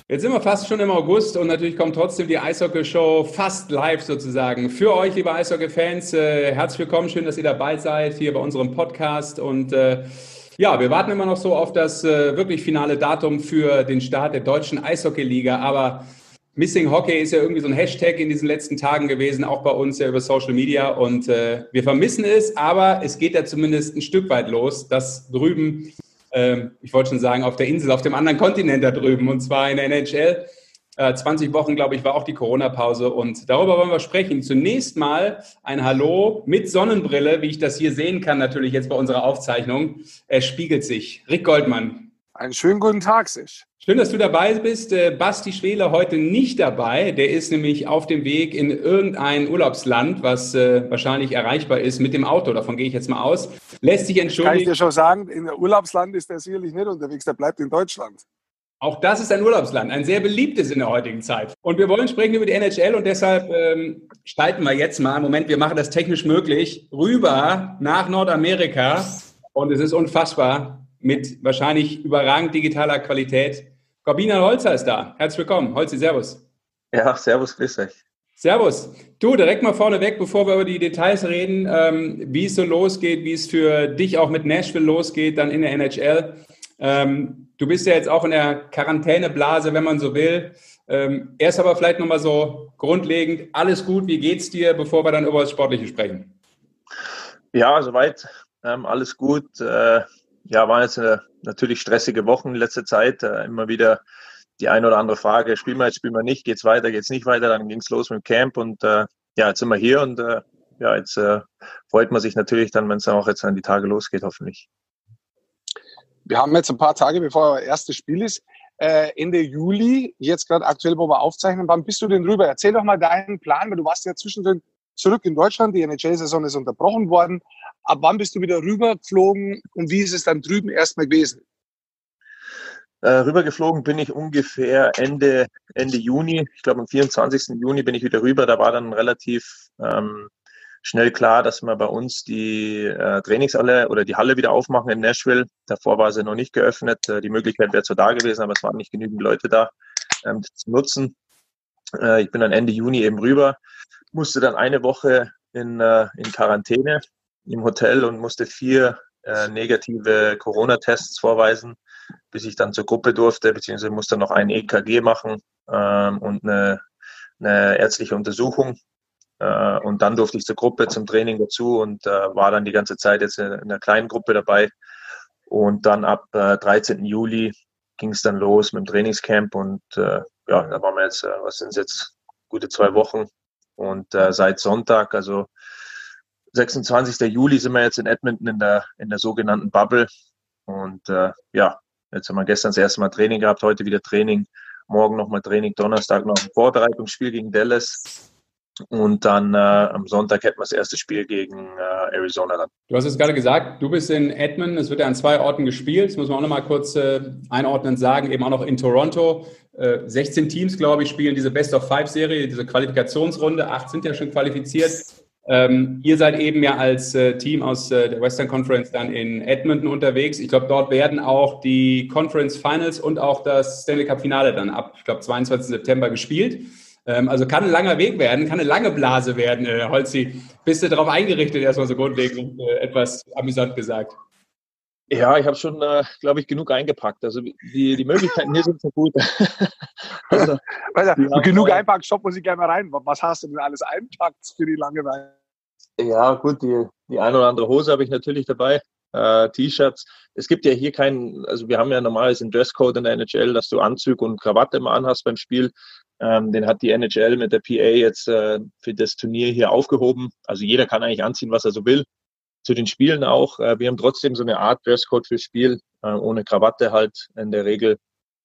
Jetzt sind wir fast schon im August und natürlich kommt trotzdem die Eishockey-Show fast live sozusagen. Für euch, liebe Eishockey-Fans, herzlich willkommen, schön, dass ihr dabei seid hier bei unserem Podcast. Und ja, wir warten immer noch so auf das wirklich finale Datum für den Start der deutschen Eishockey-Liga. Aber Missing Hockey ist ja irgendwie so ein Hashtag in diesen letzten Tagen gewesen, auch bei uns ja über Social Media. Und wir vermissen es, aber es geht ja zumindest ein Stück weit los, dass drüben ich wollte schon sagen, auf der Insel, auf dem anderen Kontinent da drüben, und zwar in der NHL. 20 Wochen, glaube ich, war auch die Corona-Pause und darüber wollen wir sprechen. Zunächst mal ein Hallo mit Sonnenbrille, wie ich das hier sehen kann, natürlich jetzt bei unserer Aufzeichnung. Er spiegelt sich. Rick Goldmann. Einen schönen guten Tag, Sich. Schön, dass du dabei bist. Basti Schwele heute nicht dabei. Der ist nämlich auf dem Weg in irgendein Urlaubsland, was wahrscheinlich erreichbar ist mit dem Auto. Davon gehe ich jetzt mal aus. Lässt sich entschuldigen. Kann ich dir schon sagen, in der Urlaubsland ist der sicherlich nicht unterwegs, der bleibt in Deutschland. Auch das ist ein Urlaubsland, ein sehr beliebtes in der heutigen Zeit. Und wir wollen sprechen über die NHL und deshalb schalten wir jetzt mal, Moment, wir machen das technisch möglich, rüber nach Nordamerika. Und es ist unfassbar, mit wahrscheinlich überragend digitaler Qualität. Corbinian Holzer ist da. Herzlich willkommen. Holzi, servus. Ja, servus, grüß euch. Servus. Du, direkt mal vorneweg, bevor wir über die Details reden, wie es so losgeht, wie es für dich auch mit Nashville losgeht, dann in der NHL. Du bist ja jetzt auch in der Quarantäneblase, wenn man so will. Erst aber vielleicht nochmal so grundlegend, alles gut, wie geht's dir, bevor wir dann über das Sportliche sprechen? Ja, soweit, alles gut. Ja, waren jetzt natürlich stressige Wochen in letzter Zeit. Immer wieder die eine oder andere Frage, spielen wir jetzt, spielen wir nicht, geht's weiter, geht's nicht weiter. Dann ging's los mit dem Camp und ja, jetzt sind wir hier und ja, jetzt freut man sich natürlich dann, wenn es auch jetzt an die Tage losgeht, hoffentlich. Wir haben jetzt ein paar Tage, bevor euer erstes Spiel ist, Ende Juli, jetzt gerade aktuell, wo wir aufzeichnen. Wann bist du denn rüber? Erzähl doch mal deinen Plan, weil du warst ja zwischendrin zurück in Deutschland, die NHL-Saison ist unterbrochen worden. Ab wann bist du wieder rübergeflogen und wie ist es dann drüben erstmal gewesen? Rübergeflogen bin ich ungefähr Ende Juni. Ich glaube, am 24. Juni bin ich wieder rüber. Da war dann relativ schnell klar, dass wir bei uns die Trainingshalle oder die Halle wieder aufmachen in Nashville. Davor war sie noch nicht geöffnet. Die Möglichkeit wäre zwar da gewesen, aber es waren nicht genügend Leute da, das zu nutzen. Ich bin dann Ende Juni eben rüber, musste dann eine Woche in Quarantäne im Hotel und musste 4 negative Corona-Tests vorweisen, bis ich dann zur Gruppe durfte, beziehungsweise musste noch ein EKG machen und eine ärztliche Untersuchung. Und dann durfte ich zur Gruppe, zum Training dazu und war dann die ganze Zeit jetzt in einer kleinen Gruppe dabei. Und dann ab 13. Juli ging es dann los mit dem Trainingscamp und ja, da waren wir jetzt, was sind es jetzt, gute 2 Wochen. Und seit Sonntag, also 26. Juli, sind wir jetzt in Edmonton in der sogenannten Bubble. Und ja, jetzt haben wir gestern das erste Mal Training gehabt, heute wieder Training, morgen nochmal Training, Donnerstag noch ein Vorbereitungsspiel gegen Dallas. Und dann am Sonntag hätten wir das erste Spiel gegen Arizona dann. Du hast es gerade gesagt, du bist in Edmonton, es wird ja an 2 Orten gespielt, das muss man auch nochmal kurz einordnend sagen, eben auch noch in Toronto. 16 Teams, glaube ich, spielen diese Best-of-5-Serie, diese Qualifikationsrunde, 8 sind ja schon qualifiziert. Ihr seid eben ja als Team aus der Western Conference dann in Edmonton unterwegs. Ich glaube, dort werden auch die Conference Finals und auch das Stanley Cup Finale dann ab, ich glaube, 22. September gespielt. Also kann ein langer Weg werden, kann eine lange Blase werden, Holzi. Bist du darauf eingerichtet, erstmal so grundlegend, etwas amüsant gesagt? Ja, ich habe schon, glaube ich, genug eingepackt. Also die Möglichkeiten hier sind so gut. Also, genug einpackt, stopp muss ich gerne mal rein. Was hast du denn alles einpackt für die Langeweile? Ja, gut, die eine oder andere Hose habe ich natürlich dabei. T-Shirts. Es gibt ja hier keinen, also wir haben ja normalerweise einen Dresscode in der NHL, dass du Anzug und Krawatte immer anhast beim Spiel. Den hat die NHL mit der PA jetzt für das Turnier hier aufgehoben. Also jeder kann eigentlich anziehen, was er so will. Zu den Spielen auch. Wir haben trotzdem so eine Art Dresscode fürs Spiel, ohne Krawatte halt in der Regel.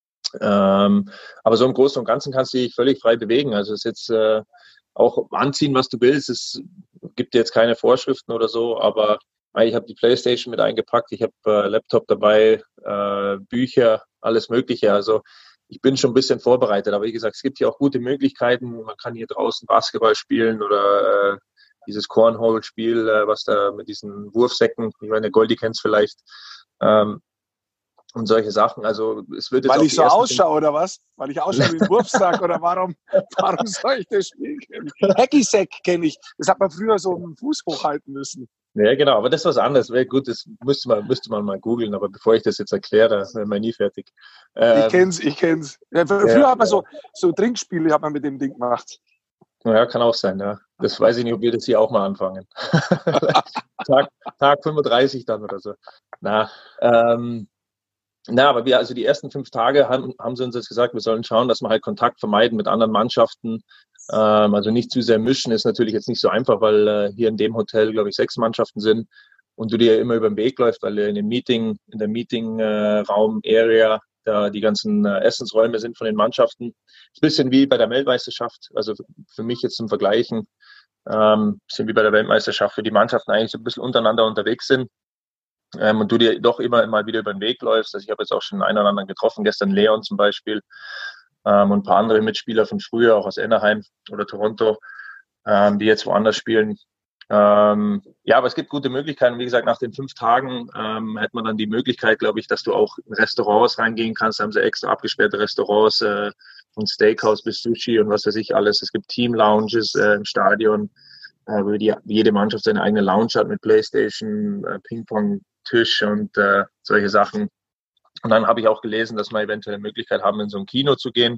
Aber so im Großen und Ganzen kannst du dich völlig frei bewegen. Also es ist jetzt auch anziehen, was du willst. Es gibt jetzt keine Vorschriften oder so, aber ich habe die Playstation mit eingepackt, ich habe Laptop dabei, Bücher, alles Mögliche. Also ich bin schon ein bisschen vorbereitet. Aber wie gesagt, es gibt hier auch gute Möglichkeiten. Man kann hier draußen Basketball spielen oder dieses Cornhole-Spiel, was da mit diesen Wurfsäcken, ich meine, Goldi kennt's vielleicht. und solche Sachen. Also es wird jetzt Weil auch ich so ausschaue, oder was? Weil ich ausschaue wie ein Wurfsack, oder warum soll ich das Spiel kennen? Hacky-Sack kenne ich. Das hat man früher so mit dem Fuß hochhalten müssen. Ja, genau, aber das ist was anderes. Wäre gut, das müsste man mal googeln, aber bevor ich das jetzt erkläre, wären wir nie fertig. Ich kenn's. Ja, früher hat man so Trinkspiele hat man mit dem Ding gemacht. Ja, kann auch sein, ja. Das weiß ich nicht, ob wir das hier auch mal anfangen. Tag 35 dann oder so. Aber also die ersten 5 Tage haben sie uns jetzt gesagt, wir sollen schauen, dass wir halt Kontakt vermeiden mit anderen Mannschaften. Also nicht zu sehr mischen, ist natürlich jetzt nicht so einfach, weil hier in dem Hotel, glaube ich, 6 Mannschaften sind und du dir immer über den Weg läufst, weil in der Meeting-Raum-Area da die ganzen Essensräume sind von den Mannschaften. Ist ein bisschen wie bei der Weltmeisterschaft, also für mich jetzt zum Vergleichen, bisschen wie bei der Weltmeisterschaft, für die Mannschaften eigentlich so ein bisschen untereinander unterwegs sind. Und du dir doch immer mal wieder über den Weg läufst. Also ich habe jetzt auch schon einen oder anderen getroffen, gestern Leon zum Beispiel, und ein paar andere Mitspieler von früher, auch aus Anaheim oder Toronto, die jetzt woanders spielen. Aber es gibt gute Möglichkeiten. Wie gesagt, nach den 5 Tagen hat man dann die Möglichkeit, glaube ich, dass du auch in Restaurants reingehen kannst. Da haben sie extra abgesperrte Restaurants, von Steakhouse bis Sushi und was weiß ich alles. Es gibt Team-Lounges im Stadion, wo jede Mannschaft seine eigene Lounge hat mit Playstation, Ping-Pong-Tisch und solche Sachen. Und dann habe ich auch gelesen, dass wir eventuell eine Möglichkeit haben, in so ein Kino zu gehen.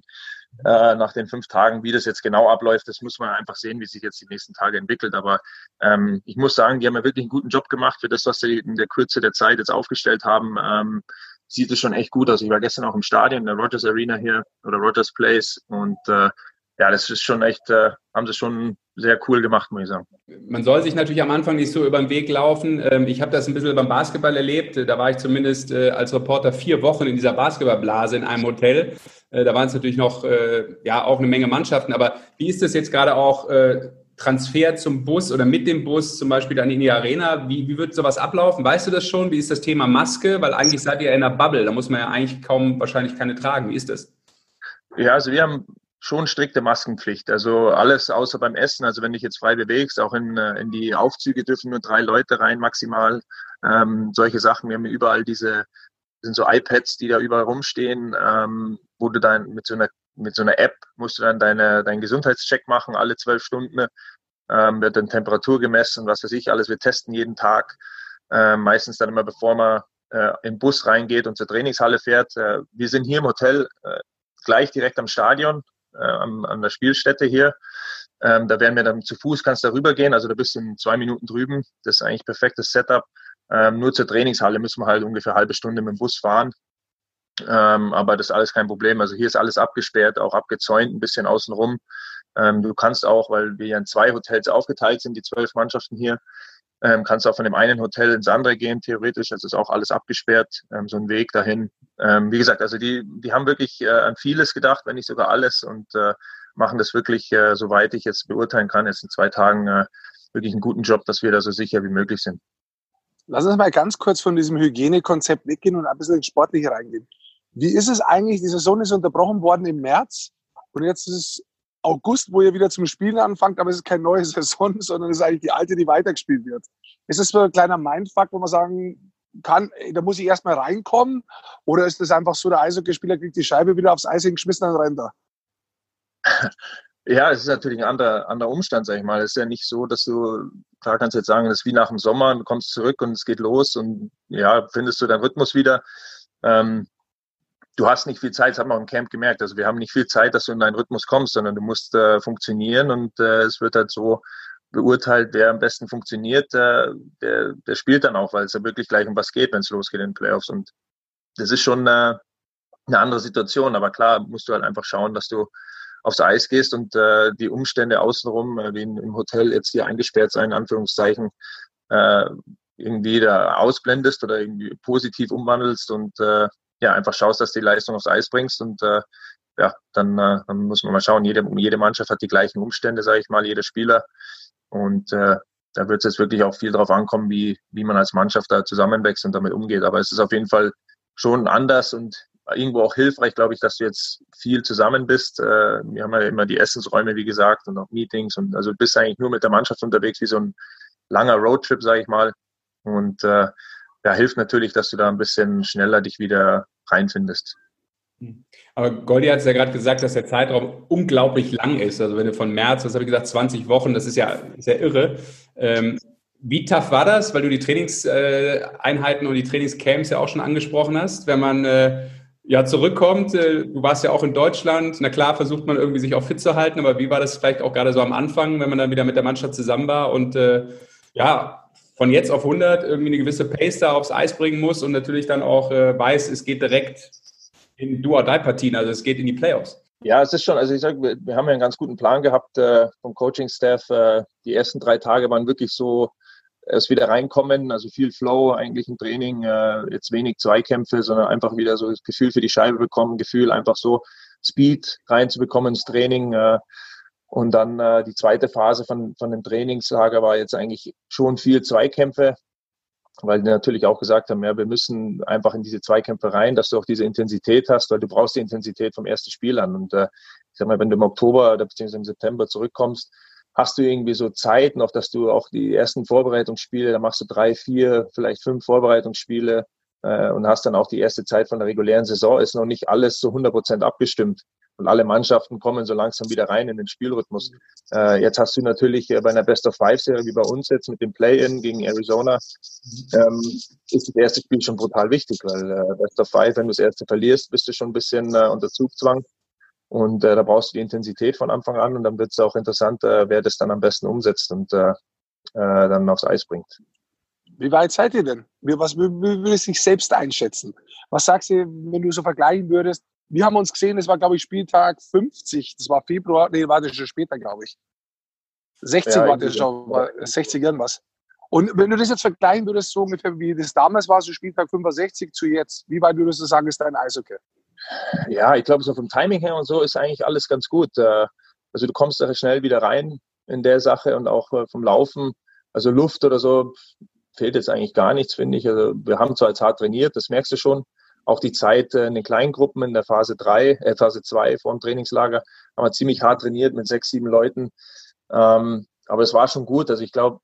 Nach den 5 Tagen, wie das jetzt genau abläuft, das muss man einfach sehen, wie sich jetzt die nächsten Tage entwickelt. Aber ich muss sagen, die haben ja wirklich einen guten Job gemacht für das, was sie in der Kürze der Zeit jetzt aufgestellt haben. Sieht es schon echt gut aus. Ich war gestern auch im Stadion, in der Rogers Arena hier oder Rogers Place und das ist schon echt, haben sie schon sehr cool gemacht, muss ich sagen. Man soll sich natürlich am Anfang nicht so über den Weg laufen. Ich habe das ein bisschen beim Basketball erlebt. Da war ich zumindest als Reporter 4 Wochen in dieser Basketballblase in einem Hotel. Da waren es natürlich noch auch eine Menge Mannschaften. Aber wie ist das jetzt gerade auch Transfer zum Bus oder mit dem Bus zum Beispiel dann in die Arena? Wie wird sowas ablaufen? Weißt du das schon? Wie ist das Thema Maske? Weil eigentlich seid ihr in einer Bubble. Da muss man ja eigentlich wahrscheinlich keine tragen. Wie ist das? Ja, also wir haben schon strikte Maskenpflicht. Also alles außer beim Essen. Also wenn dich jetzt frei bewegst, auch in die Aufzüge dürfen nur 3 Leute rein maximal. Solche Sachen. Wir haben überall sind so iPads, die da überall rumstehen, wo du dann mit so einer App musst du dann deinen Gesundheitscheck machen, alle 12 Stunden. Wird dann Temperatur gemessen, was weiß ich, alles. Wir testen jeden Tag. Meistens dann immer, bevor man im Bus reingeht und zur Trainingshalle fährt. Wir sind hier im Hotel gleich direkt am Stadion. An der Spielstätte hier. Da werden wir dann zu Fuß, kannst da rübergehen, also da bist du in 2 Minuten drüben. Das ist eigentlich perfektes Setup. Nur zur Trainingshalle müssen wir halt ungefähr 1/2 Stunde mit dem Bus fahren. Aber das ist alles kein Problem. Also hier ist alles abgesperrt, auch abgezäunt, ein bisschen außenrum. Du kannst auch, weil wir ja in 2 Hotels aufgeteilt sind, die 12 Mannschaften hier, kannst auch von dem einen Hotel ins andere gehen, theoretisch. Das ist auch alles abgesperrt, so ein Weg dahin. Wie gesagt, also die haben wirklich an vieles gedacht, wenn nicht sogar alles und machen das wirklich, soweit ich jetzt beurteilen kann, jetzt in 2 Tagen wirklich einen guten Job, dass wir da so sicher wie möglich sind. Lass uns mal ganz kurz von diesem Hygienekonzept weggehen und ein bisschen ins Sportliche reingehen. Wie ist es eigentlich? Die Saison ist unterbrochen worden im März und jetzt ist es August, wo ihr wieder zum Spielen anfangt, aber es ist keine neue Saison, sondern es ist eigentlich die alte, die weitergespielt wird. Ist das so ein kleiner Mindfuck, wo man sagen kann, da muss ich erstmal reinkommen? Oder ist das einfach so, der Eishockeyspieler kriegt die Scheibe wieder aufs Eis hingeschmissen und rennt er? Ja, es ist natürlich ein anderer Umstand, sag ich mal. Es ist ja nicht so, dass klar kannst du jetzt sagen, das ist wie nach dem Sommer, du kommst zurück und es geht los und ja, findest du deinen Rhythmus wieder. Du hast nicht viel Zeit, das haben wir auch im Camp gemerkt. Also wir haben nicht viel Zeit, dass du in deinen Rhythmus kommst, sondern du musst funktionieren und es wird halt so beurteilt, wer am besten funktioniert, der spielt dann auch, weil es ja wirklich gleich um was geht, wenn es losgeht in den Playoffs. Und das ist schon eine andere Situation. Aber klar musst du halt einfach schauen, dass du aufs Eis gehst und die Umstände außenrum, wie im Hotel jetzt hier eingesperrt sein, in Anführungszeichen, irgendwie da ausblendest oder irgendwie positiv umwandelst und einfach schaust, dass du die Leistung aufs Eis bringst und dann muss man mal schauen. Jede Mannschaft hat die gleichen Umstände, sage ich mal, jeder Spieler und da wird es jetzt wirklich auch viel drauf ankommen, wie man als Mannschaft da zusammenwächst und damit umgeht. Aber es ist auf jeden Fall schon anders und irgendwo auch hilfreich, glaube ich, dass du jetzt viel zusammen bist. Wir haben ja immer die Essensräume, wie gesagt, und auch Meetings und also du bist eigentlich nur mit der Mannschaft unterwegs, wie so ein langer Roadtrip, sage ich mal. Und ja, hilft natürlich, dass du da ein bisschen schneller dich wieder reinfindest. Aber Goldi hat es ja gerade gesagt, dass der Zeitraum unglaublich lang ist. Also wenn du von März, was habe ich gesagt, 20 Wochen, das ist ja irre. Wie tough war das, weil du die Trainingseinheiten und die Trainingscamps ja auch schon angesprochen hast, wenn man ja zurückkommt? Du warst ja auch in Deutschland. Na klar, versucht man irgendwie sich auch fit zu halten, aber wie war das vielleicht auch gerade so am Anfang, wenn man dann wieder mit der Mannschaft zusammen war und ja, von jetzt auf 100 irgendwie eine gewisse Pace da aufs Eis bringen muss und natürlich dann auch weiß, es geht direkt in Do-or-Die-Partien, also es geht in die Playoffs. Ja, es ist schon, also ich sage, wir haben ja einen ganz guten Plan gehabt vom Coaching-Staff. Die ersten 3 Tage waren wirklich so, erst wieder reinkommen, also viel Flow eigentlich im Training, jetzt wenig Zweikämpfe, sondern einfach wieder so das Gefühl für die Scheibe bekommen, Gefühl einfach so Speed reinzubekommen ins Training. Und dann die zweite Phase von dem Trainingslager war jetzt eigentlich schon viel Zweikämpfe, weil die natürlich auch gesagt haben, ja, wir müssen einfach in diese Zweikämpfe rein, dass du auch diese Intensität hast, weil du brauchst die Intensität vom ersten Spiel an. Und ich sag mal, wenn du im Oktober oder beziehungsweise im September zurückkommst, hast du irgendwie so Zeit noch, dass du auch die ersten Vorbereitungsspiele, da machst du 3, 4, vielleicht 5 Vorbereitungsspiele und hast dann auch die erste Zeit von der regulären Saison, ist noch nicht alles so 100% abgestimmt. Und alle Mannschaften kommen so langsam wieder rein in den Spielrhythmus. Jetzt hast du natürlich bei einer Best-of-5-Serie wie bei uns jetzt mit dem Play-In gegen Arizona, ist das erste Spiel schon brutal wichtig, weil Best-of-5, wenn du das erste verlierst, bist du schon ein bisschen unter Zugzwang. Und da brauchst du die Intensität von Anfang an und dann wird es auch interessant, wer das dann am besten umsetzt und dann aufs Eis bringt. Wie weit seid ihr denn? Wie würdest du dich selbst einschätzen? Was sagst du, wenn du so vergleichen würdest? Wir haben uns gesehen, das war, glaube ich, Spieltag 50. Das war Februar, nee, war das schon später, glaube ich. 60 ja, war das schon, war 60 irgendwas. Und wenn du das jetzt vergleichen würdest, so ungefähr wie das damals war, so Spieltag 65 zu jetzt, wie weit würdest du sagen, ist dein Eishockey? Ja, ich glaube, so vom Timing her und so ist eigentlich alles ganz gut. Also du kommst da schnell wieder rein in der Sache und auch vom Laufen. Also Luft oder so fehlt jetzt eigentlich gar nichts, finde ich. Also wir haben zwar jetzt hart trainiert, das merkst du schon. Auch die Zeit in den kleinen Gruppen in der Phase 2 vor dem Trainingslager haben wir ziemlich hart trainiert mit 6, 7 Leuten. Aber es war schon gut. Also ich glaube,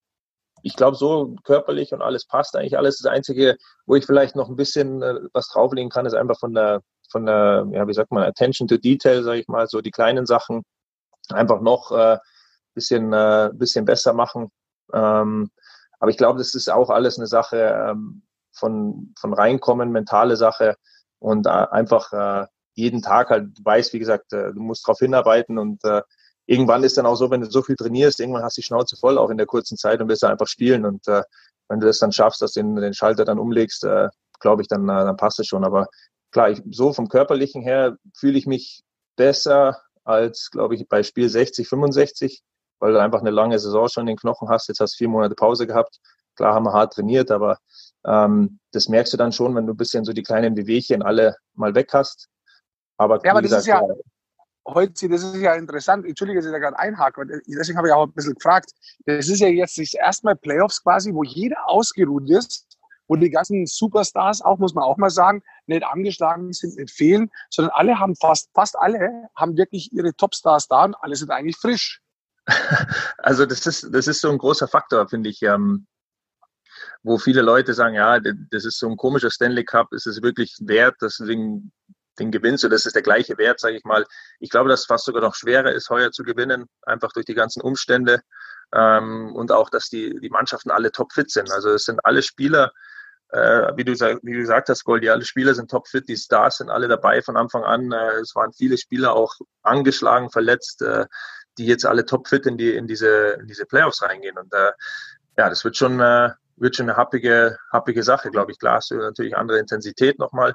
so körperlich und alles passt eigentlich alles. Das Einzige, wo ich vielleicht noch ein bisschen was drauflegen kann, ist einfach von der, ja, wie sagt man, Attention to Detail, sage ich mal, so die kleinen Sachen einfach noch bisschen besser machen. Aber ich glaube, das ist auch alles eine Sache von reinkommen, mentale Sache und einfach jeden Tag halt, du weißt, wie gesagt, du musst darauf hinarbeiten und irgendwann ist dann auch so, wenn du so viel trainierst, irgendwann hast du die Schnauze voll, auch in der kurzen Zeit und willst einfach spielen und wenn du das dann schaffst, dass du den Schalter dann umlegst, glaube ich, dann passt es schon. Aber klar, so vom Körperlichen her fühle ich mich besser als, glaube ich, bei Spiel 60, 65, weil du einfach eine lange Saison schon in den Knochen hast. Jetzt hast du 4 Monate Pause gehabt. Klar haben wir hart trainiert, aber das merkst du dann schon, wenn du ein bisschen so die kleinen Wehwehchen alle mal weg hast. Aber, ja, aber das ist ja, heute, das ist ja interessant. Entschuldige, dass ich da gerade einhake, deswegen habe ich auch ein bisschen gefragt. Das ist ja jetzt das erste Mal Playoffs quasi, wo jeder ausgeruht ist, wo die ganzen Superstars, auch muss man auch mal sagen, nicht angeschlagen sind, nicht fehlen, sondern alle haben fast alle haben wirklich ihre Topstars da und alle sind eigentlich frisch. Also das ist so ein großer Faktor, finde ich, wo viele Leute sagen, ja, das ist so ein komischer Stanley Cup, ist es wirklich wert, dass du den gewinnst, oder das ist der gleiche Wert, sage ich mal. Ich glaube, dass es fast sogar noch schwerer ist, heuer zu gewinnen, einfach durch die ganzen Umstände und auch, dass die Mannschaften alle topfit sind. Also es sind alle Spieler, wie du gesagt hast, Goldi, alle Spieler sind topfit, die Stars sind alle dabei von Anfang an. Es waren viele Spieler auch angeschlagen, verletzt, die jetzt alle topfit in diese Playoffs reingehen. Und ja, das wird schon eine happige Sache, glaube ich. Klar, hast du natürlich andere Intensität nochmal.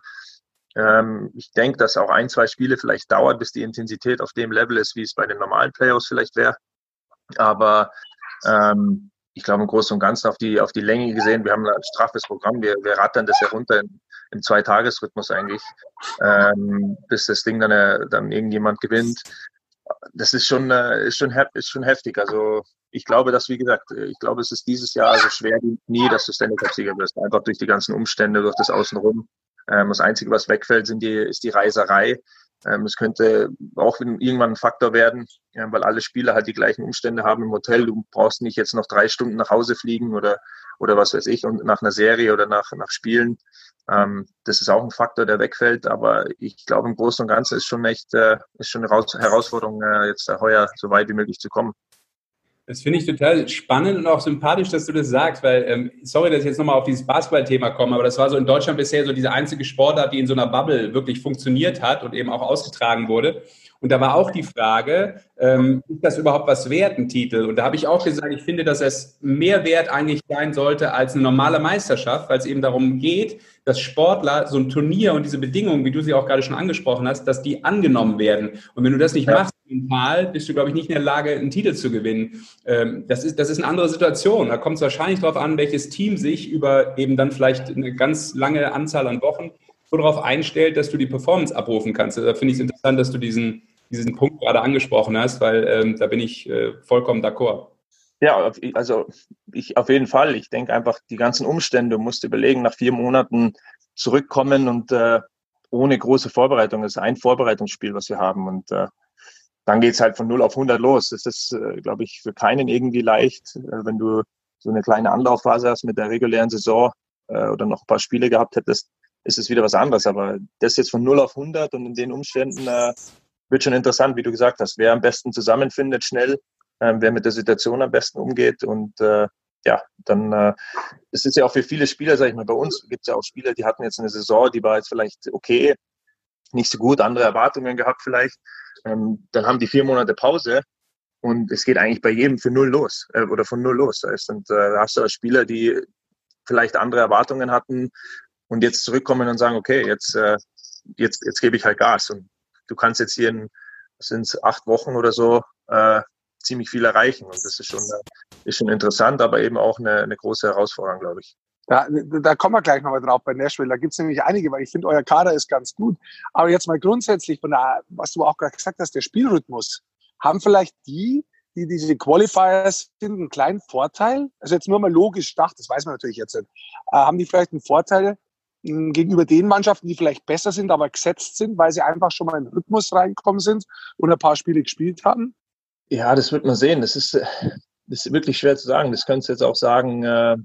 Ich denke, dass auch 1, 2 Spiele vielleicht dauert, bis die Intensität auf dem Level ist, wie es bei den normalen Playoffs vielleicht wäre. Aber ich glaube, im Großen und Ganzen auf die Länge gesehen, wir haben ein straffes Programm, wir rattern das herunter im 2-Tages-Rhythmus eigentlich, bis das Ding dann irgendjemand gewinnt. Das ist schon heftig. Also ich glaube, es ist dieses Jahr so schwer wie nie, dass du Stanley Cup-Sieger wirst. Einfach durch die ganzen Umstände, durch das Außenrum. Das Einzige, was wegfällt, ist die Reiserei. Es könnte auch irgendwann ein Faktor werden, weil alle Spieler halt die gleichen Umstände haben im Hotel. Du brauchst nicht jetzt noch 3 Stunden nach Hause fliegen oder oder was weiß ich, und nach einer Serie oder nach Spielen. Das ist auch ein Faktor, der wegfällt, aber ich glaube, im Großen und Ganzen ist schon echt, ist schon eine Herausforderung, jetzt heuer so weit wie möglich zu kommen. Das finde ich total spannend und auch sympathisch, dass du das sagst, weil, sorry, dass ich jetzt nochmal auf dieses Basketball-Thema komme, aber das war so in Deutschland bisher so diese einzige Sportart, die in so einer Bubble wirklich funktioniert hat und eben auch ausgetragen wurde. Und da war auch die Frage, ist das überhaupt was wert, ein Titel? Und da habe ich auch gesagt, ich finde, dass es mehr wert eigentlich sein sollte als eine normale Meisterschaft, weil es eben darum geht, dass Sportler so ein Turnier und diese Bedingungen, wie du sie auch gerade schon angesprochen hast, dass die angenommen werden. Und wenn du das nicht machst, mental, bist du, glaube ich, nicht in der Lage, einen Titel zu gewinnen. Das ist eine andere Situation. Da kommt es wahrscheinlich darauf an, welches Team sich über eben dann vielleicht eine ganz lange Anzahl an Wochen so darauf einstellt, dass du die Performance abrufen kannst. Da finde ich es interessant, dass du diesen Punkt gerade angesprochen hast, weil da bin ich vollkommen d'accord. Ja, also ich auf jeden Fall. Ich denke einfach, die ganzen Umstände, du musst überlegen, nach 4 Monaten zurückkommen und ohne große Vorbereitung. Das ist ein Vorbereitungsspiel, was wir haben, und dann geht's halt von 0 auf 100 los. Das ist, glaube ich, für keinen irgendwie leicht, wenn du so eine kleine Anlaufphase hast mit der regulären Saison oder noch ein paar Spiele gehabt hättest, ist es wieder was anderes. Aber das jetzt von 0 auf 100 und in den Umständen wird schon interessant, wie du gesagt hast, wer am besten zusammenfindet schnell, wer mit der Situation am besten umgeht. Und dann es ist ja auch für viele Spieler, sag ich mal, bei uns gibt es ja auch Spieler, die hatten jetzt eine Saison, die war jetzt vielleicht okay, nicht so gut, andere Erwartungen gehabt vielleicht. Dann haben die 4 Monate Pause und es geht eigentlich bei jedem für null los oder von null los. Und da hast du auch Spieler, die vielleicht andere Erwartungen hatten und jetzt zurückkommen und sagen, okay, jetzt gebe ich halt Gas. Und du kannst jetzt hier sind es 8 Wochen oder so, ziemlich viel erreichen. Und das ist schon interessant, aber eben auch eine große Herausforderung, glaube ich. Da kommen wir gleich nochmal drauf bei Nashville. Da gibt es nämlich einige, weil ich finde, euer Kader ist ganz gut. Aber jetzt mal grundsätzlich von was du auch gerade gesagt hast, der Spielrhythmus. Haben vielleicht die diese Qualifiers sind, einen kleinen Vorteil? Also jetzt nur mal logisch gedacht, das weiß man natürlich jetzt nicht. Haben die vielleicht einen Vorteil gegenüber den Mannschaften, die vielleicht besser sind, aber gesetzt sind, weil sie einfach schon mal in den Rhythmus reingekommen sind und ein paar Spiele gespielt haben? Ja, das wird man sehen. Das ist wirklich schwer zu sagen. Das könntest du jetzt auch sagen,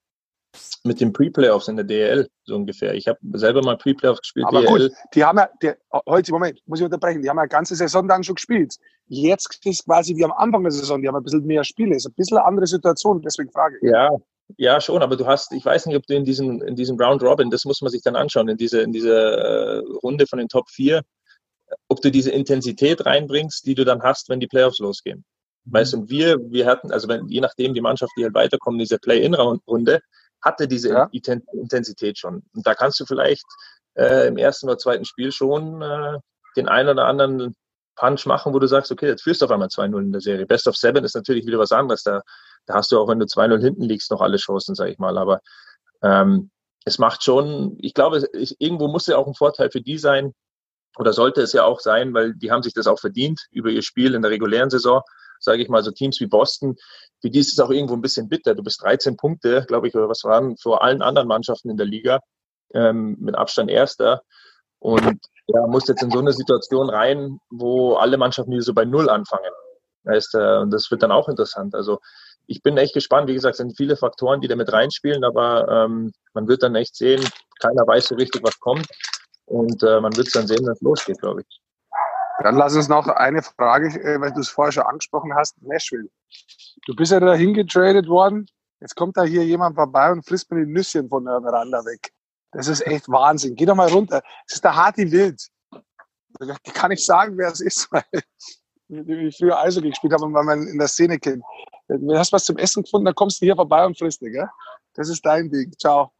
mit den Pre-Playoffs in der DEL, so ungefähr. Ich habe selber mal Pre-Playoffs gespielt. Aber DEL. Gut, die haben ja, heute, Moment, muss ich unterbrechen, die haben ja eine ganze Saison dann schon gespielt. Jetzt ist quasi wie am Anfang der Saison, die haben ein bisschen mehr Spiele, ist ein bisschen eine andere Situation, deswegen frage ich. Ja, schon, aber ich weiß nicht, ob du in diesem Round Robin, das muss man sich dann anschauen, in diese Runde von den Top 4, ob du diese Intensität reinbringst, die du dann hast, wenn die Playoffs losgehen. Weißt du, und wir hatten, also je nachdem die Mannschaft, die halt weiterkommen, diese Play-In-Runde, hatte diese Intensität schon. Und da kannst du vielleicht im ersten oder zweiten Spiel schon den einen oder anderen Punch machen, wo du sagst, okay, jetzt führst du auf einmal 2-0 in der Serie. Best of 7 ist natürlich wieder was anderes. Da hast du auch, wenn du 2-0 hinten liegst, noch alle Chancen, sag ich mal. Aber es macht schon, ich glaube, irgendwo muss ja auch ein Vorteil für die sein, oder sollte es ja auch sein, weil die haben sich das auch verdient über ihr Spiel in der regulären Saison. Sage ich mal, so Teams wie Boston, für die ist es auch irgendwo ein bisschen bitter. Du bist 13 Punkte, glaube ich, oder was waren, vor allen anderen Mannschaften in der Liga, mit Abstand Erster. Und musst jetzt in so eine Situation rein, wo alle Mannschaften wieder so bei Null anfangen. Und das wird dann auch interessant. Also ich bin echt gespannt. Wie gesagt, es sind viele Faktoren, die da mit reinspielen, aber man wird dann echt sehen, keiner weiß so richtig, was kommt. Und man wird es dann sehen, wenn es losgeht, glaube ich. Dann lass uns noch eine Frage, weil du es vorher schon angesprochen hast, Nashville. Du bist ja da hingetradet worden. Jetzt kommt da hier jemand vorbei und frisst mir die Nüsschen von der Veranda weg. Das ist echt Wahnsinn. Geh doch mal runter. Das ist der Hardy Wild. Ich kann nicht sagen, wer es ist, weil ich früher Eishockey gespielt habe und weil man in der Szene kennt. Du hast was zum Essen gefunden, dann kommst du hier vorbei und frisst dich, gell? Das ist dein Ding. Ciao.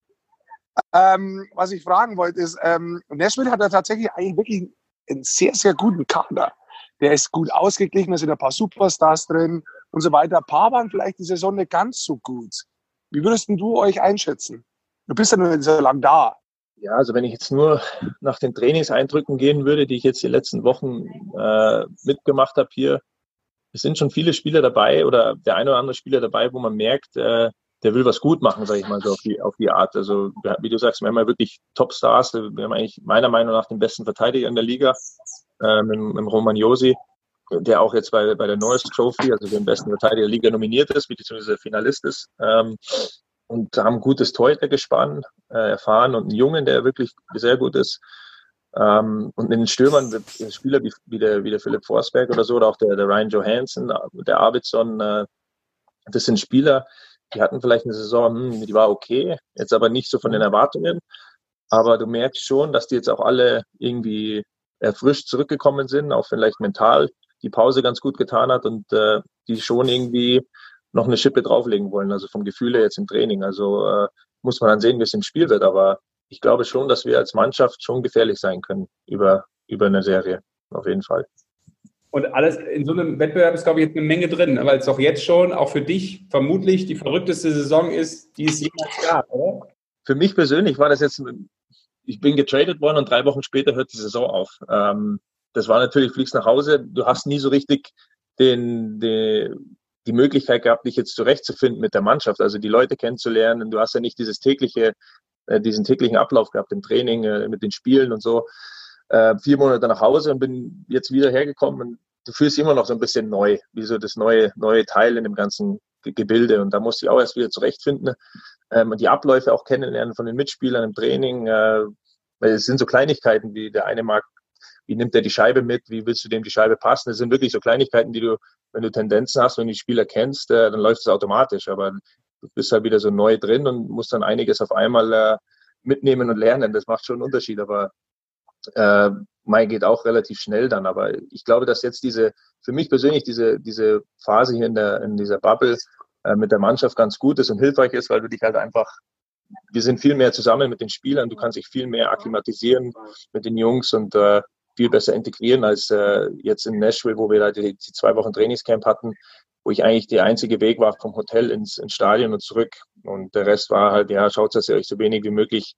Was ich fragen wollte ist, Nashville hat ja tatsächlich eigentlich wirklich einen sehr, sehr guten Kader. Der ist gut ausgeglichen, da sind ein paar Superstars drin und so weiter. Ein paar waren vielleicht die Saison nicht ganz so gut. Wie würdest du euch einschätzen? Du bist ja noch nicht so lange da. Ja, also wenn ich jetzt nur nach den Trainingseindrücken gehen würde, die ich jetzt die letzten Wochen mitgemacht habe hier, es sind schon viele Spieler dabei oder der eine oder andere Spieler dabei, wo man merkt, der will was gut machen, sage ich mal so auf die Art. Also wie du sagst, wir haben ja wirklich Topstars. Wir haben eigentlich meiner Meinung nach den besten Verteidiger in der Liga, mit Roman Josi. der auch jetzt bei der Norris Trophy, also dem besten Verteidiger der Liga, nominiert ist, beziehungsweise Finalist ist. Und haben ein gutes Torhütergespann erfahren und einen Jungen, der wirklich sehr gut ist. Und in den Stürmern Spieler wie der Philipp Forsberg oder so, oder auch der Ryan Johansson, der Arvidsson, das sind Spieler, die hatten vielleicht eine Saison, die war okay, jetzt aber nicht so von den Erwartungen. Aber du merkst schon, dass die jetzt auch alle irgendwie erfrischt zurückgekommen sind, auch vielleicht mental die Pause ganz gut getan hat und die schon irgendwie noch eine Schippe drauflegen wollen, also vom Gefühl her jetzt im Training. Also muss man dann sehen, wie es im Spiel wird. Aber ich glaube schon, dass wir als Mannschaft schon gefährlich sein können über eine Serie, auf jeden Fall. Und alles in so einem Wettbewerb ist, glaube ich, jetzt eine Menge drin, weil es doch jetzt schon auch für dich vermutlich die verrückteste Saison ist, die es jemals gab, oder? Für mich persönlich war das jetzt, ich bin getradet worden und 3 Wochen später hört die Saison auf. Das war natürlich, fliegst nach Hause, du hast nie so richtig die Möglichkeit gehabt, dich jetzt zurechtzufinden mit der Mannschaft, also die Leute kennenzulernen. Du hast ja nicht diesen täglichen Ablauf gehabt im Training, mit den Spielen und so. 4 Monate nach Hause und bin jetzt wieder hergekommen und du fühlst dich immer noch so ein bisschen neu, wie so das neue Teil in dem ganzen Gebilde. Und da musste ich auch erst wieder zurechtfinden und die Abläufe auch kennenlernen von den Mitspielern im Training. Weil es sind so Kleinigkeiten, wie der eine mag, wie nimmt er die Scheibe mit, wie willst du dem die Scheibe passen? Das sind wirklich so Kleinigkeiten, die du, wenn du Tendenzen hast, wenn du die Spieler kennst, dann läuft es automatisch. Aber du bist halt wieder so neu drin und musst dann einiges auf einmal mitnehmen und lernen. Das macht schon einen Unterschied. Aber Mai geht auch relativ schnell dann. Aber ich glaube, dass jetzt für mich persönlich diese Phase hier in dieser Bubble mit der Mannschaft ganz gut ist und hilfreich ist, weil du dich halt einfach, wir sind viel mehr zusammen mit den Spielern, du kannst dich viel mehr akklimatisieren mit den Jungs und viel besser integrieren als jetzt in Nashville, wo wir halt die 2 Wochen Trainingscamp hatten, wo ich eigentlich der einzige Weg war vom Hotel ins Stadion und zurück. Und der Rest war halt, ja, schaut, dass ihr euch so wenig wie möglich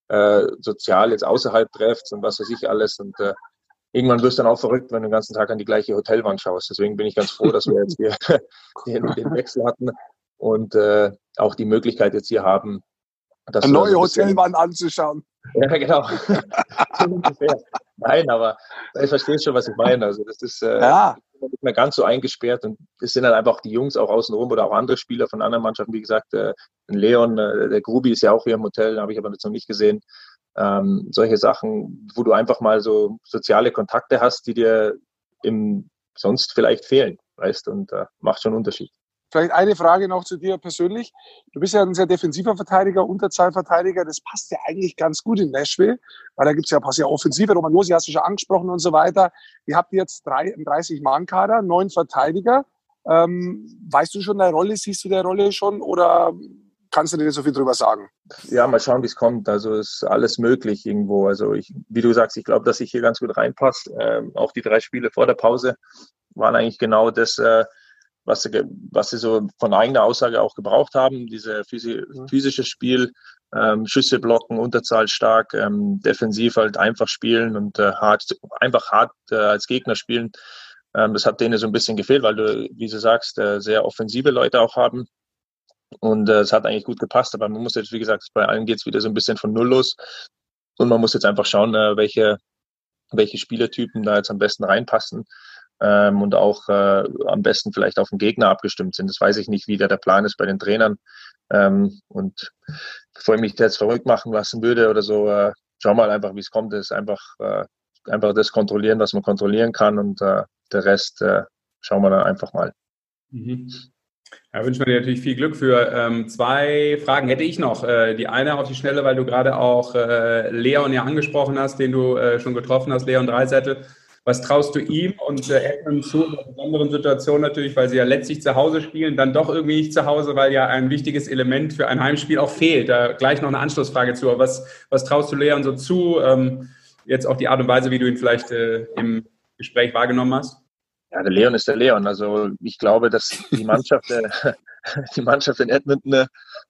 sozial jetzt außerhalb trefft und was weiß ich alles. Und irgendwann wirst du dann auch verrückt, wenn du den ganzen Tag an die gleiche Hotelwand schaust. Deswegen bin ich ganz froh, dass wir jetzt hier den Wechsel hatten und auch die Möglichkeit jetzt hier haben, eine neue Hotelwand anzuschauen. Ja, genau. Ungefähr. Nein, aber ich verstehe schon, was ich meine. Also das ist nicht mehr ganz so eingesperrt und es sind dann einfach die Jungs auch außenrum oder auch andere Spieler von anderen Mannschaften. Wie gesagt, Leon, der Grubi ist ja auch hier im Hotel, habe ich aber jetzt noch nicht gesehen. Solche Sachen, wo du einfach mal so soziale Kontakte hast, die dir sonst vielleicht fehlen, weißt, und macht schon einen Unterschied. Vielleicht eine Frage noch zu dir persönlich. Du bist ja ein sehr defensiver Verteidiger, Unterzahlverteidiger. Das passt ja eigentlich ganz gut in Nashville, weil da gibt es ja ein paar sehr offensive. Roman Josi hast du schon angesprochen und so weiter. Ihr habt jetzt einen 30-Mann-Kader, 9 Verteidiger. Weißt du schon der Rolle? Siehst du der Rolle schon? Oder kannst du dir so viel drüber sagen? Ja, mal schauen, wie es kommt. Also ist alles möglich irgendwo. Also wie du sagst, ich glaube, dass ich hier ganz gut reinpasse. Auch die 3 Spiele vor der Pause waren eigentlich genau das, was sie so von eigener Aussage auch gebraucht haben, diese physische Spiel, Schüsse blocken, Unterzahl stark, defensiv halt einfach spielen und hart als Gegner spielen. Das hat denen so ein bisschen gefehlt, weil du, wie du sagst, sehr offensive Leute auch haben und es hat eigentlich gut gepasst, aber man muss jetzt, wie gesagt, bei allen geht es wieder so ein bisschen von Null los und man muss jetzt einfach schauen, welche Spielertypen da jetzt am besten reinpassen. Und auch am besten vielleicht auf den Gegner abgestimmt sind. Das weiß ich nicht, wie der Plan ist bei den Trainern. Und bevor ich mich jetzt verrückt machen lassen würde oder so, schauen wir mal einfach, wie es kommt. Das ist einfach das kontrollieren, was man kontrollieren kann und der Rest schauen wir dann einfach mal. Mhm. Ja, wünschen wir dir natürlich viel Glück für. 2 Fragen hätte ich noch. Die eine auf die Schnelle, weil du gerade auch Leon ja angesprochen hast, den du schon getroffen hast, Leon Draisaitl. Was traust du ihm und Eltern zu in einer besonderen Situation natürlich, weil sie ja letztlich zu Hause spielen, dann doch irgendwie nicht zu Hause, weil ja ein wichtiges Element für ein Heimspiel auch fehlt. Da gleich noch eine Anschlussfrage zu. Aber was traust du Leon so zu? Jetzt auch die Art und Weise, wie du ihn vielleicht im Gespräch wahrgenommen hast? Ja, der Leon ist der Leon. Also ich glaube, dass die Mannschaft in Edmonton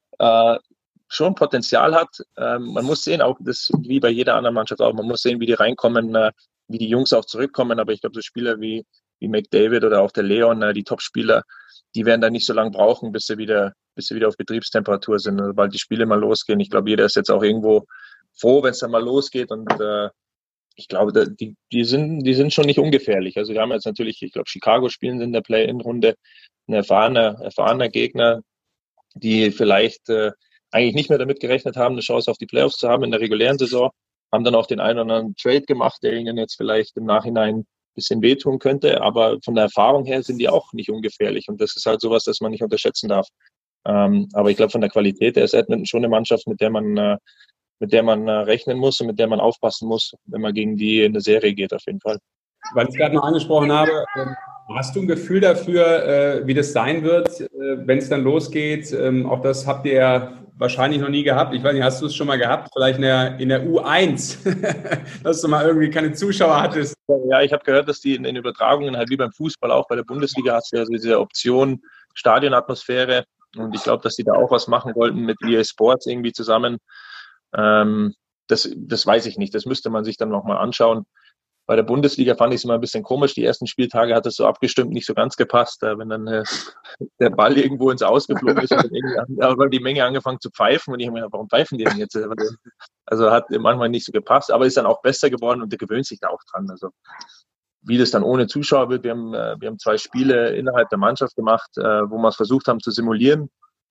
schon Potenzial hat. Man muss sehen, auch das wie bei jeder anderen Mannschaft auch, man muss sehen, wie die reinkommen, wie die Jungs auch zurückkommen. Aber ich glaube, so Spieler wie McDavid oder auch der Leon, die Top-Spieler, die werden da nicht so lange brauchen, bis sie wieder auf Betriebstemperatur sind, sobald die Spiele mal losgehen. Ich glaube, jeder ist jetzt auch irgendwo froh, wenn es dann mal losgeht und ich glaube, die sind schon nicht ungefährlich. Also wir haben jetzt natürlich, ich glaube, Chicago spielen sie in der Play-in-Runde, ein erfahrener Gegner, die vielleicht eigentlich nicht mehr damit gerechnet haben, eine Chance auf die Playoffs zu haben in der regulären Saison, haben dann auch den einen oder anderen Trade gemacht, der ihnen jetzt vielleicht im Nachhinein ein bisschen wehtun könnte, aber von der Erfahrung her sind die auch nicht ungefährlich und das ist halt sowas, das man nicht unterschätzen darf. Aber ich glaube, von der Qualität her ist Edmonton schon eine Mannschaft, mit der man rechnen muss und mit der man aufpassen muss, wenn man gegen die in eine Serie geht, auf jeden Fall. Weil ich es gerade noch angesprochen habe, hast du ein Gefühl dafür, wie das sein wird, wenn es dann losgeht? Auch das habt ihr ja wahrscheinlich noch nie gehabt. Ich weiß nicht, hast du es schon mal gehabt? Vielleicht in der U1, dass du mal irgendwie keine Zuschauer hattest? Ja, ich habe gehört, dass die in den Übertragungen halt wie beim Fußball auch bei der Bundesliga hast du ja so diese Option Stadionatmosphäre und ich glaube, dass die da auch was machen wollten mit EA Sports irgendwie zusammen. Das weiß ich nicht. Das müsste man sich dann nochmal anschauen. Bei der Bundesliga fand ich es immer ein bisschen komisch. Die ersten Spieltage hat es so abgestimmt nicht so ganz gepasst. Wenn dann der Ball irgendwo ins Ausgeflogen ist, hat die Menge angefangen zu pfeifen. Und ich habe mir gedacht, warum pfeifen die denn jetzt? Also hat manchmal nicht so gepasst, aber ist dann auch besser geworden und der gewöhnt sich da auch dran. Also wie das dann ohne Zuschauer wird. Wir haben 2 Spiele innerhalb der Mannschaft gemacht, wo wir es versucht haben zu simulieren.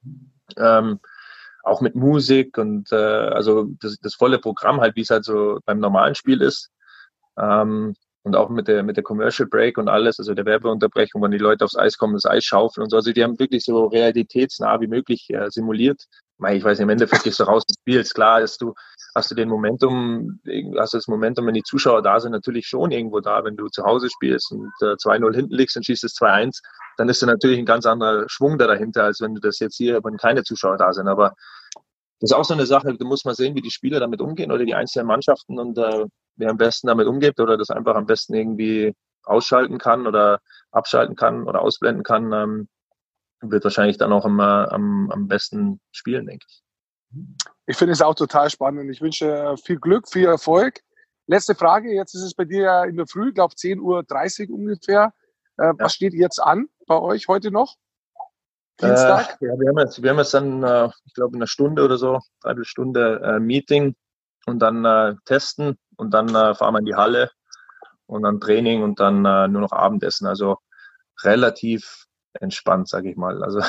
Auch mit Musik und also das volle Programm halt, wie es halt so beim normalen Spiel ist. Und auch mit der Commercial Break und alles, also der Werbeunterbrechung, wenn die Leute aufs Eis kommen, das Eis schaufeln und so. Also die haben wirklich so realitätsnah wie möglich simuliert. Ich weiß nicht, im Endeffekt gehst du raus und spielst. Klar, hast du das Momentum, wenn die Zuschauer da sind, natürlich schon irgendwo da. Wenn du zu Hause spielst und 2-0 hinten liegst und schießt es 2-1, dann ist da natürlich ein ganz anderer Schwung da dahinter, als wenn du das jetzt hier, wenn keine Zuschauer da sind. Aber das ist auch so eine Sache, da muss man sehen, wie die Spieler damit umgehen oder die einzelnen Mannschaften und wer am besten damit umgeht oder das einfach am besten irgendwie ausschalten kann oder abschalten kann oder ausblenden kann, wird wahrscheinlich dann auch am besten spielen, denke ich. Ich finde es auch total spannend. Ich wünsche viel Glück, viel Erfolg. Letzte Frage, jetzt ist es bei dir ja in der Früh, ich glaube 10:30 Uhr ungefähr. Was steht jetzt an bei euch heute noch? Dienstag? Ja, wir haben jetzt dann, ich glaube, in einer Stunde oder so, 3/4 Stunde Meeting und dann testen und dann fahren wir in die Halle und dann Training und dann nur noch Abendessen. Also relativ entspannt, sage ich mal. Also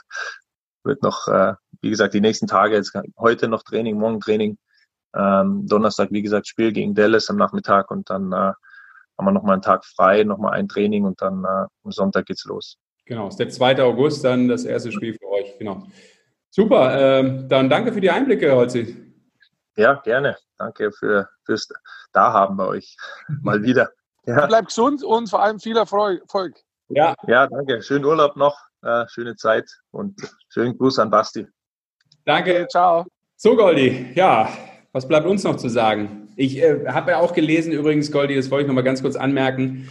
wird noch, wie gesagt, die nächsten Tage, jetzt heute noch Training, morgen Training, Donnerstag, wie gesagt, Spiel gegen Dallas am Nachmittag und dann haben wir nochmal einen Tag frei, nochmal ein Training und dann am Sonntag geht's los. Genau, ist der 2. August dann das erste Spiel für euch. Genau. Super, dann danke für die Einblicke, Holzi. Ja, gerne. Danke fürs Dahaben bei euch. Mal wieder. Ja. Bleib gesund und vor allem viel Erfolg. Ja, danke. Schönen Urlaub noch, schöne Zeit und schönen Gruß an Basti. Danke. Ciao. So, Goldi, ja, was bleibt uns noch zu sagen? Ich habe ja auch gelesen, übrigens, Goldi, das wollte ich noch mal ganz kurz anmerken,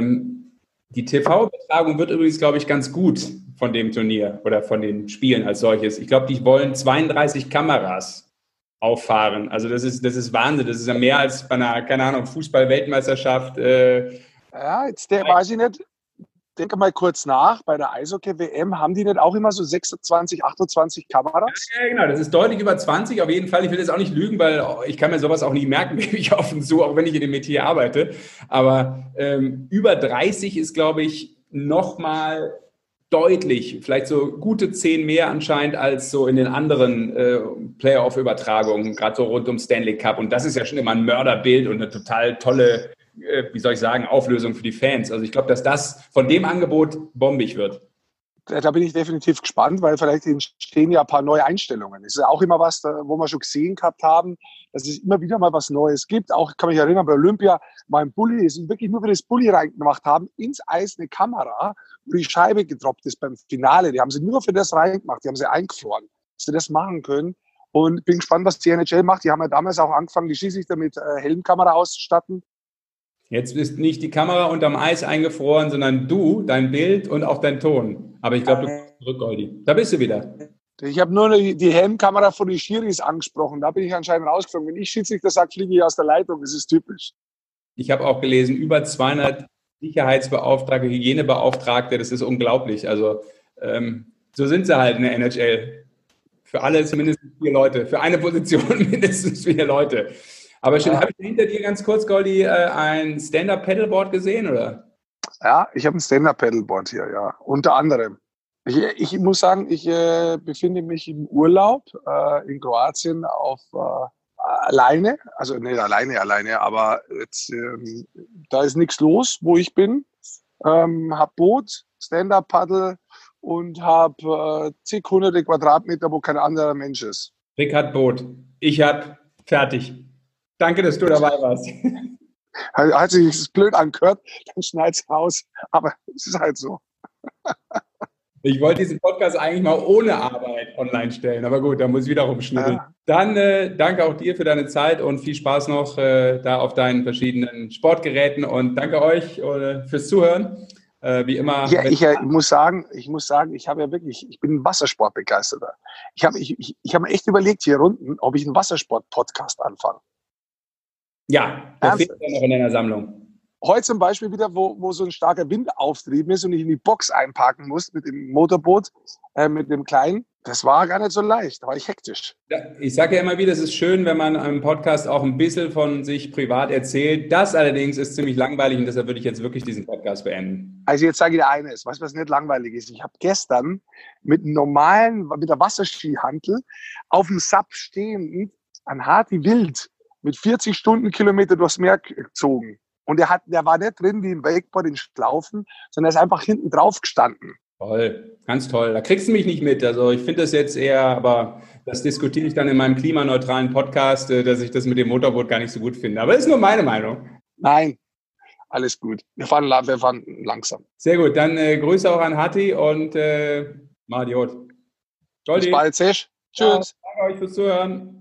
die TV-Übertragung wird übrigens, glaube ich, ganz gut von dem Turnier oder von den Spielen als solches. Ich glaube, die wollen 32 Kameras auffahren. Also das ist Wahnsinn. Das ist ja mehr als bei einer, keine Ahnung, Fußball-Weltmeisterschaft. Ja, jetzt weiß ich nicht. Denke mal kurz nach. Bei der Eishockey-WM haben die nicht auch immer so 26, 28 Kameras? Ja, genau. Das ist deutlich über 20 auf jeden Fall. Ich will jetzt auch nicht lügen, weil ich kann mir sowas auch nie merken, gebe ich offen zu, auch wenn ich in dem Metier arbeite. Aber über 30 ist, glaube ich, nochmal deutlich, vielleicht so gute 10 mehr anscheinend als so in den anderen Playoff-Übertragungen, gerade so rund um Stanley Cup. Und das ist ja schon immer ein Mörderbild und eine total tolle, wie soll ich sagen, Auflösung für die Fans. Also ich glaube, dass das von dem Angebot bombig wird. Da bin ich definitiv gespannt, weil vielleicht entstehen ja ein paar neue Einstellungen. Das ist ja auch immer was, wo wir schon gesehen gehabt haben, dass es immer wieder mal was Neues gibt. Auch, ich kann mich erinnern, bei Olympia, mein Bulli, ist wirklich nur für das Bulli reingemacht haben, ins Eis eine Kamera, wo die Scheibe gedroppt ist beim Finale. Die haben sie nur für das reingemacht, die haben sie eingefroren, dass sie das machen können. Und bin gespannt, was die NHL macht. Die haben ja damals auch angefangen, die Schiedsrichter mit Helmkamera auszustatten. Jetzt ist nicht die Kamera unterm Eis eingefroren, sondern du, dein Bild und auch dein Ton. Aber ich glaube, du kommst zurück, Goldi. Da bist du wieder. Ich habe nur die Helmkamera von den Schiris angesprochen. Da bin ich anscheinend rausgeflogen. Wenn ich Schiedsrichter sage, fliege ich aus der Leitung. Das ist typisch. Ich habe auch gelesen, über 200 Sicherheitsbeauftragte, Hygienebeauftragte. Das ist unglaublich. Also so sind sie halt in der NHL. Für alle ist mindestens 4 Leute. Für eine Position mindestens 4 Leute. Aber schön, habe ich hinter dir ganz kurz, Goldi, ein Stand-Up-Paddleboard gesehen, oder? Ja, hinter dir ganz kurz, Goldi, ein Stand-Up-Paddleboard gesehen, oder? Ja, ich habe ein Stand-Up-Paddleboard hier, ja. Unter anderem. Ich muss sagen, ich befinde mich im Urlaub in Kroatien auf alleine. Also nicht alleine, aber jetzt, da ist nichts los, wo ich bin. Hab Boot, Stand-Up-Paddle und habe zig hunderte Quadratmeter, wo kein anderer Mensch ist. Rick hat Boot. Ich hab fertig. Danke, dass du dabei warst. Hat sich blöd angehört, dann schneid's raus. Aber es ist halt so. Ich wollte diesen Podcast eigentlich mal ohne Arbeit online stellen, aber gut, da muss ich wieder rumschnibbeln. Ja. Dann danke auch dir für deine Zeit und viel Spaß noch da auf deinen verschiedenen Sportgeräten und danke euch fürs Zuhören. Wie immer. Ja, ich muss sagen, ich habe ja wirklich, ich bin ein Wassersportbegeisterter. Ich habe mir echt überlegt hier unten, ob ich einen Wassersport-Podcast anfange. Ja, der fehlt ja noch in deiner Sammlung. Heute zum Beispiel wieder, wo so ein starker Wind auftrieben ist und ich in die Box einparken muss mit dem Motorboot, mit dem Kleinen. Das war gar nicht so leicht, da war ich hektisch. Ja, ich sage ja immer wieder, es ist schön, wenn man im Podcast auch ein bisschen von sich privat erzählt. Das allerdings ist ziemlich langweilig und deshalb würde ich jetzt wirklich diesen Podcast beenden. Also jetzt sage ich dir eines, weißt du, was nicht langweilig ist? Ich habe gestern mit der Wasserskihantel auf dem Sub stehend an Harti Wild mit 40 Stundenkilometer durchs Meer gezogen. Und der war nicht drin wie im Wakeboard in Schlaufen, sondern er ist einfach hinten drauf gestanden. Toll, ganz toll. Da kriegst du mich nicht mit. Also ich finde das jetzt eher, aber das diskutiere ich dann in meinem klimaneutralen Podcast, dass ich das mit dem Motorboot gar nicht so gut finde. Aber das ist nur meine Meinung. Nein, alles gut. Wir fahren langsam. Sehr gut, dann Grüße auch an Hatti und Madiot. Bis bald, Sesh. Tschüss. Ja, danke euch fürs Zuhören.